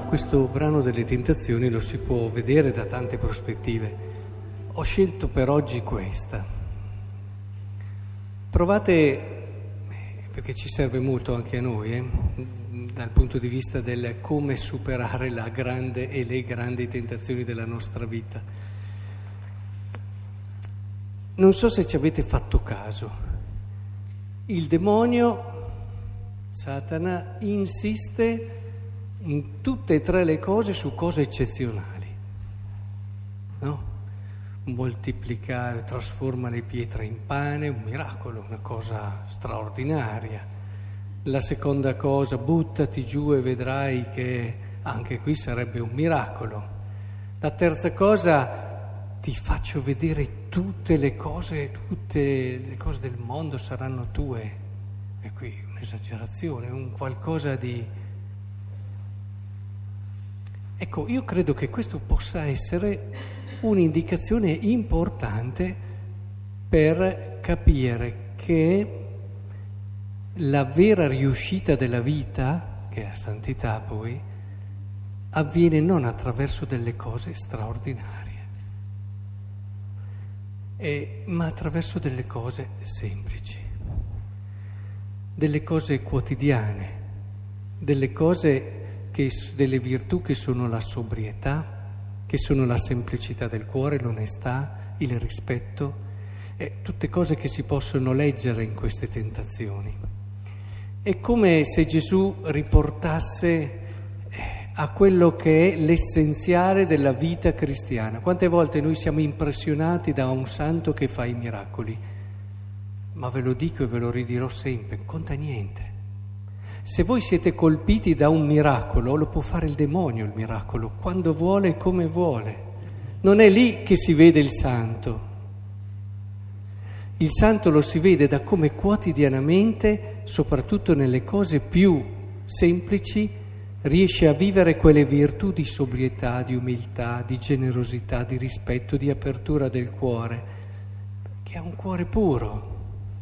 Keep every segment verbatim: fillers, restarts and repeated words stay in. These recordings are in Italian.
questo brano delle tentazioni lo si può vedere da tante prospettive. Ho scelto per oggi questa. Provate, perché ci serve molto anche a noi, eh, dal punto di vista del come superare la grande e le grandi tentazioni della nostra vita. Non so se ci avete fatto caso, il demonio, Satana, insiste in tutte e tre le cose su cose eccezionali, no? Moltiplicare, trasforma le pietre in pane, un miracolo, una cosa straordinaria. La seconda cosa, buttati giù e vedrai che anche qui sarebbe un miracolo. La terza cosa, ti faccio vedere tutte le cose, tutte le cose del mondo saranno tue. E qui un'esagerazione, un qualcosa di... Ecco, io credo che questo possa essere un'indicazione importante per capire che la vera riuscita della vita, che è la santità poi, avviene non attraverso delle cose straordinarie, eh, ma attraverso delle cose semplici, delle cose quotidiane, delle cose che, delle virtù che sono la sobrietà, che sono la semplicità del cuore, l'onestà, il rispetto, eh, tutte cose che si possono leggere in queste tentazioni. È come se Gesù riportasse eh, a quello che è l'essenziale della vita cristiana. Quante volte noi siamo impressionati da un santo che fa i miracoli, ma ve lo dico e ve lo ridirò sempre, conta niente. Se voi siete colpiti da un miracolo, lo può fare il demonio il miracolo, quando vuole e come vuole. Non è lì che si vede il santo. Il santo lo si vede da come quotidianamente, soprattutto nelle cose più semplici, riesce a vivere quelle virtù di sobrietà, di umiltà, di generosità, di rispetto, di apertura del cuore, che ha un cuore puro.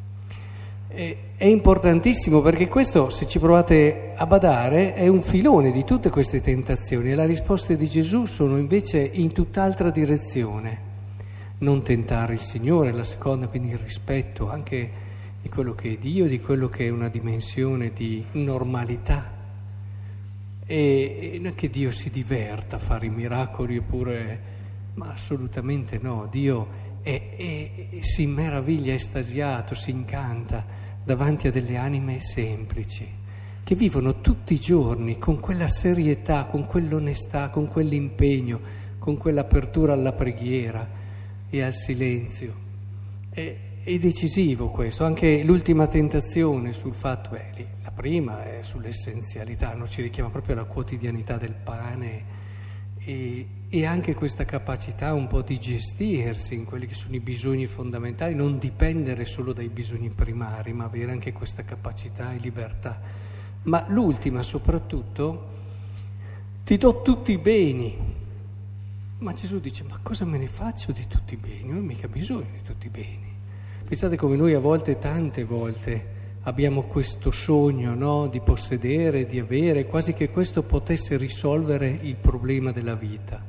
È importantissimo perché questo, se ci provate a badare, è un filone di tutte queste tentazioni e le risposte di Gesù sono invece in tutt'altra direzione. Non tentare il Signore, la seconda, quindi il rispetto anche di quello che è Dio, di quello che è una dimensione di normalità. E non è che Dio si diverta a fare i miracoli oppure, ma assolutamente no, Dio è, è, si meraviglia, è estasiato, si incanta davanti a delle anime semplici, che vivono tutti i giorni con quella serietà, con quell'onestà, con quell'impegno, con quell'apertura alla preghiera e al silenzio. È, è decisivo questo, anche l'ultima tentazione sul fatto, beh, la prima è sull'essenzialità, no? Ci richiama proprio alla quotidianità del pane e, e anche questa capacità un po' di gestirsi in quelli che sono i bisogni fondamentali, non dipendere solo dai bisogni primari, ma avere anche questa capacità e libertà. Ma l'ultima soprattutto, ti do tutti i beni. Ma Gesù dice, ma cosa me ne faccio di tutti i beni? Non ho mica bisogno di tutti i beni. Pensate come noi a volte, tante volte, abbiamo questo sogno, no? Di possedere, di avere, quasi che questo potesse risolvere il problema della vita.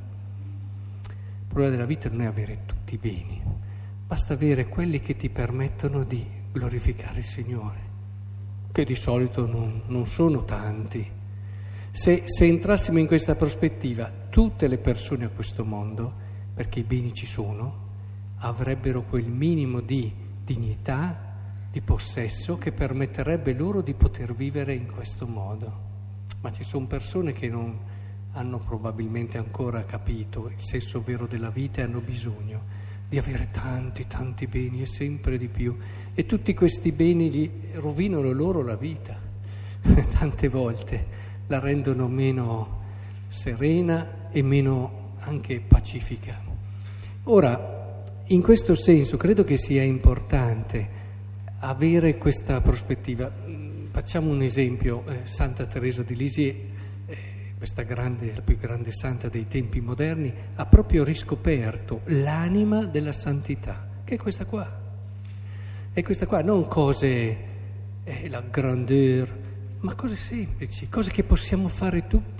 Il problema della vita non è avere tutti i beni, basta avere quelli che ti permettono di glorificare il Signore, che di solito non, non sono tanti. Se, se entrassimo in questa prospettiva, tutte le persone a questo mondo, perché i beni ci sono, avrebbero quel minimo di dignità, di possesso che permetterebbe loro di poter vivere in questo modo. Ma ci sono persone che non hanno probabilmente ancora capito il senso vero della vita e hanno bisogno di avere tanti, tanti beni e sempre di più. E tutti questi beni gli rovinano loro la vita, tante volte la rendono meno serena e meno anche pacifica. Ora, in questo senso credo che sia importante avere questa prospettiva. Facciamo un esempio, eh, Santa Teresa di Lisieux, eh, questa grande, la più grande santa dei tempi moderni, ha proprio riscoperto l'anima della santità, che è questa qua. È questa qua, non cose, eh, la grandeur, ma cose semplici, cose che possiamo fare tutti,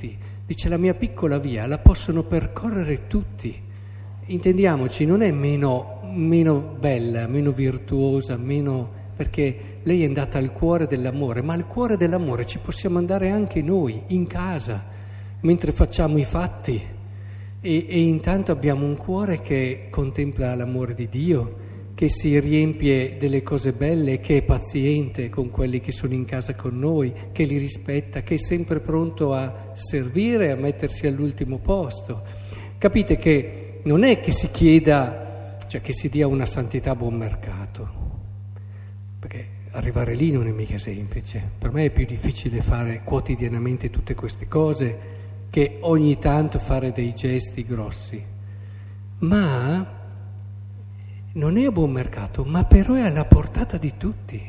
Dice la mia piccola via la possono percorrere tutti. Intendiamoci, non è meno, meno bella, meno virtuosa, meno... perché lei è andata al cuore dell'amore, ma al cuore dell'amore ci possiamo andare anche noi, in casa, mentre facciamo i fatti e, e intanto abbiamo un cuore che contempla l'amore di Dio, che si riempie delle cose belle, che è paziente con quelli che sono in casa con noi, che li rispetta, che è sempre pronto a servire, a mettersi all'ultimo posto. Capite che non è che si chieda, cioè che si dia una santità a buon mercato, perché arrivare lì non è mica semplice. Per me è più difficile fare quotidianamente tutte queste cose che ogni tanto fare dei gesti grossi. Ma non è a buon mercato, ma però è alla portata di tutti.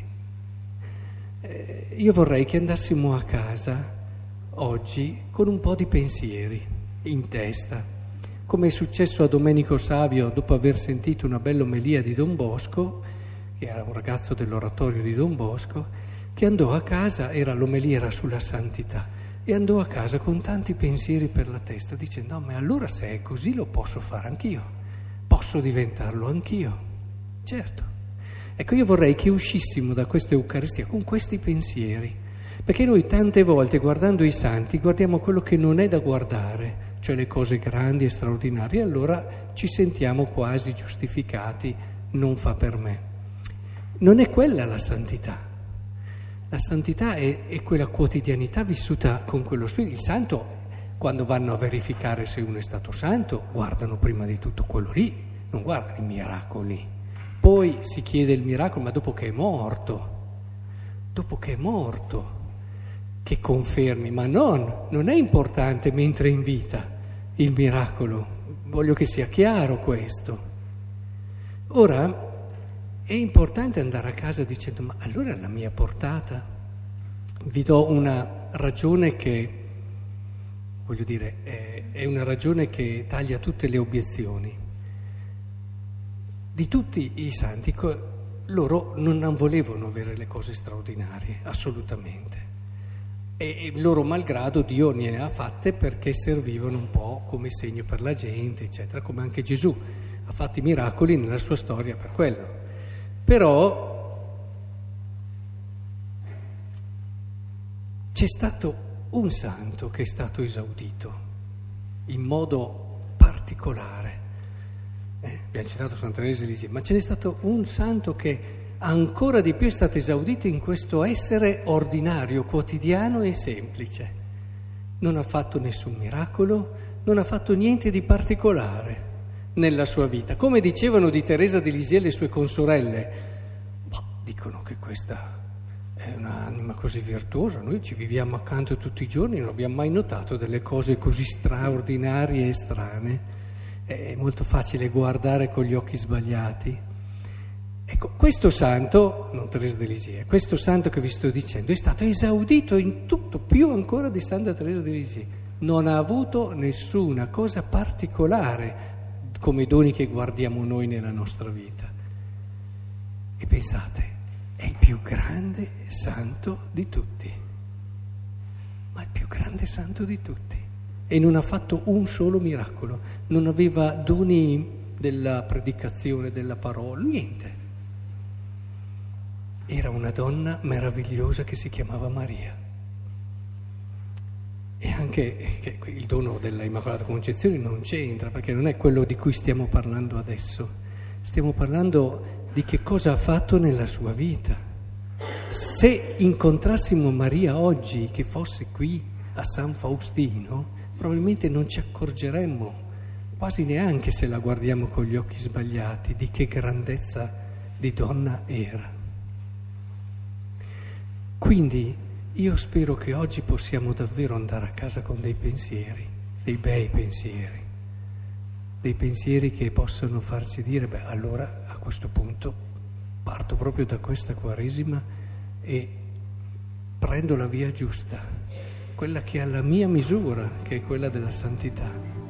Eh, io vorrei che andassimo a casa oggi con un po' di pensieri in testa, come è successo a Domenico Savio dopo aver sentito una bella omelia di Don Bosco, che era un ragazzo dell'oratorio di Don Bosco, che andò a casa, era l'omelia era sulla santità, e andò a casa con tanti pensieri per la testa, dicendo: no, ma allora se è così lo posso fare anch'io. Posso diventarlo anch'io, certo. Ecco, io vorrei che uscissimo da questa Eucaristia con questi pensieri, perché noi tante volte guardando i santi guardiamo quello che non è da guardare, cioè le cose grandi e straordinarie, e allora ci sentiamo quasi giustificati, non fa per me. Non è quella la santità. La santità è, è quella quotidianità vissuta con quello spirito. Il santo, quando vanno a verificare se uno è stato santo, guardano prima di tutto quello lì, non guardano i miracoli. Poi si chiede il miracolo, ma dopo che è morto, dopo che è morto, che confermi, ma non, non è importante mentre è in vita il miracolo. Voglio che sia chiaro questo. Ora, è importante andare a casa dicendo: ma allora è la mia portata? Vi do una ragione che... voglio dire, è una ragione che taglia tutte le obiezioni. Di tutti i santi, loro non volevano avere le cose straordinarie, assolutamente. E loro malgrado Dio ne ha fatte perché servivano un po' come segno per la gente, eccetera, come anche Gesù ha fatto i miracoli nella sua storia per quello. Però c'è stato un santo che è stato esaudito in modo particolare. Eh, abbiamo citato Santa Teresa di Lisieux, ma ce n'è stato un santo che ancora di più è stato esaudito in questo essere ordinario, quotidiano e semplice. Non ha fatto nessun miracolo, non ha fatto niente di particolare nella sua vita. Come dicevano di Teresa di Lisieux le sue consorelle, boh, dicono che questa è un'anima così virtuosa, noi ci viviamo accanto tutti i giorni, non abbiamo mai notato delle cose così straordinarie e strane. È molto facile guardare con gli occhi sbagliati. Ecco, questo santo, non Teresa di Lisieux, questo santo che vi sto dicendo è stato esaudito in tutto, più ancora di Santa Teresa di Lisieux. Non ha avuto nessuna cosa particolare come doni che guardiamo noi nella nostra vita. E pensate, è il più grande santo di tutti, ma il più grande santo di tutti, e non ha fatto un solo miracolo, non aveva doni della predicazione, della parola, niente. Era una donna meravigliosa che si chiamava Maria. E anche che il dono della Immacolata Concezione non c'entra, perché non è quello di cui stiamo parlando adesso. Stiamo parlando di che cosa ha fatto nella sua vita. Se incontrassimo Maria oggi, che fosse qui a San Faustino, probabilmente non ci accorgeremmo, quasi neanche se la guardiamo con gli occhi sbagliati, di che grandezza di donna era. Quindi io spero che oggi possiamo davvero andare a casa con dei pensieri, dei bei pensieri, dei pensieri che possano farci dire: beh, allora a questo punto parto proprio da questa Quaresima e prendo la via giusta, quella che ha la mia misura, che è quella della santità.